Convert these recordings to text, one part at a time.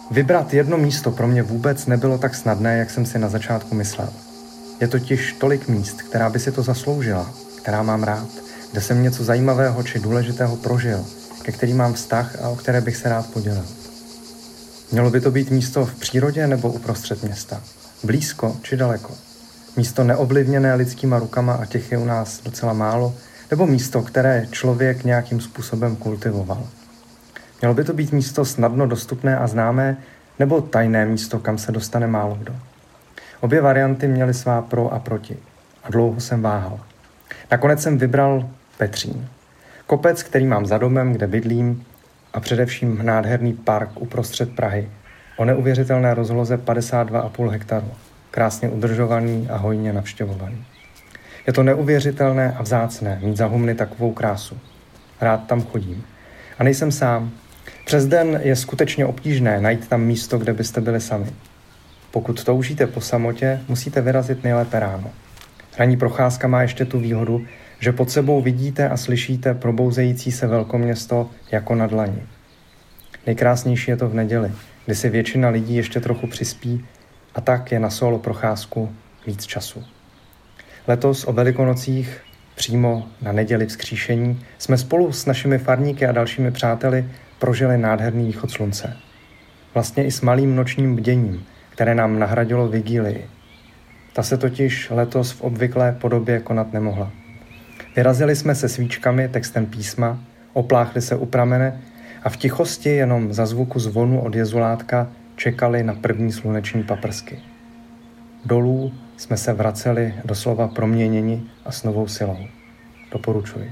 Vybrat jedno místo pro mě vůbec nebylo tak snadné, jak jsem si na začátku myslel. Je totiž tolik míst, která by si to zasloužila, která mám rád, kde jsem něco zajímavého či důležitého prožil, ke kterým mám vztah a o které bych se rád podělil. Mělo by to být místo v přírodě nebo uprostřed města? Blízko či daleko? Místo neovlivněné lidskýma rukama a těch je u nás docela málo? Nebo místo, které člověk nějakým způsobem kultivoval? Mělo by to být místo snadno dostupné a známé, nebo tajné místo, kam se dostane málo kdo? Obě varianty měly svá pro a proti. A dlouho jsem váhal. Nakonec jsem vybral Petřín. Kopec, který mám za domem, kde bydlím, a především nádherný park uprostřed Prahy. O neuvěřitelné rozloze 52,5 hektaru. Krásně udržovaný a hojně navštěvovaný. Je to neuvěřitelné a vzácné mít za humny takovou krásu. Rád tam chodím. A nejsem sám. Přes den je skutečně obtížné najít tam místo, kde byste byli sami. Pokud toužíte po samotě, musíte vyrazit nejlépe ráno. Ranní procházka má ještě tu výhodu, že pod sebou vidíte a slyšíte probouzející se velkoměsto jako na dlani. Nejkrásnější je to v neděli, kdy si většina lidí ještě trochu přispí a tak je na solo procházku víc času. Letos o Velikonocích, přímo na neděli vzkříšení, jsme spolu s našimi farníky a dalšími přáteli prožili nádherný východ slunce. Vlastně i s malým nočním bděním, které nám nahradilo vigílii. Ta se totiž letos v obvyklé podobě konat nemohla. Vyrazili jsme se svíčkami, textem písma, opláchli se u pramene a v tichosti jenom za zvuku zvonu od jezulátka čekali na první sluneční paprsky. Dolů jsme se vraceli doslova proměněni a s novou silou. Doporučuji.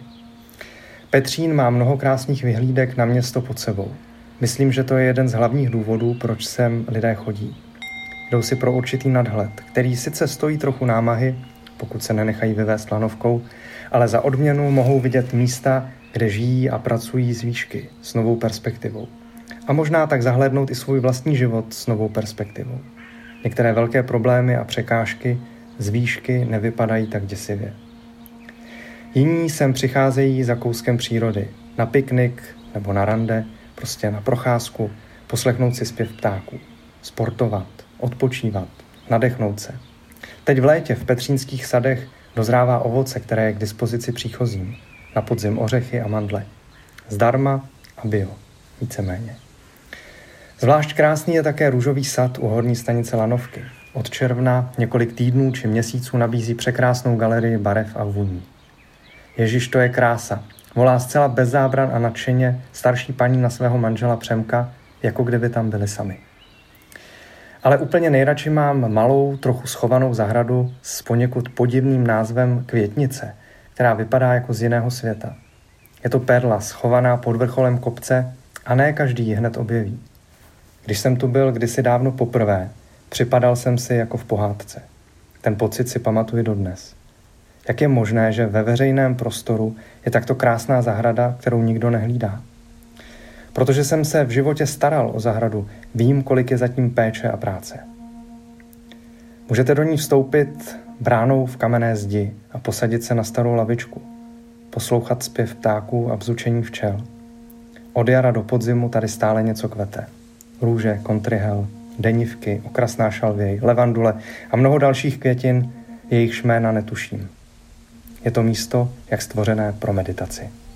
Petřín má mnoho krásných vyhlídek na město pod sebou. Myslím, že to je jeden z hlavních důvodů, proč sem lidé chodí. Jdou si pro určitý nadhled, který sice stojí trochu námahy, pokud se nenechají vyvést lanovkou, ale za odměnu mohou vidět místa, kde žijí a pracují z výšky, s novou perspektivou. A možná tak zahlédnout i svůj vlastní život s novou perspektivou. Některé velké problémy a překážky z výšky nevypadají tak děsivě. Jiní sem přicházejí za kouskem přírody, na piknik nebo na rande, prostě na procházku, poslechnout si zpěv ptáků, sportovat, odpočívat, nadechnout se. Teď v létě v petřínských sadech dozrává ovoce, které je k dispozici příchozím. Na podzim ořechy a mandle. Zdarma a bio, víceméně. Zvlášť krásný je také růžový sad u horní stanice Lanovky. Od června několik týdnů či měsíců nabízí překrásnou galerii barev a vůní. Ježiš, to je krása. Volá zcela bez zábran a nadšeně starší paní na svého manžela Přemka, jako kdyby tam byli sami. Ale úplně nejradši mám malou, trochu schovanou zahradu s poněkud podivným názvem Květnice, která vypadá jako z jiného světa. Je to perla schovaná pod vrcholem kopce a ne každý ji hned objeví. Když jsem tu byl kdysi dávno poprvé, připadal jsem si jako v pohádce. Ten pocit si pamatuji dodnes. Jak je možné, že ve veřejném prostoru je takto krásná zahrada, kterou nikdo nehlídá? Protože jsem se v životě staral o zahradu, vím, kolik je zatím péče a práce. Můžete do ní vstoupit bránou v kamenné zdi a posadit se na starou lavičku, poslouchat zpěv ptáků a bzučení včel. Od jara do podzimu tady stále něco kvete. Růže, kontrihel, denivky, okrasná šalvěj, levandule a mnoho dalších květin, jejichž jména netuším. Je to místo, jak stvořené pro meditaci.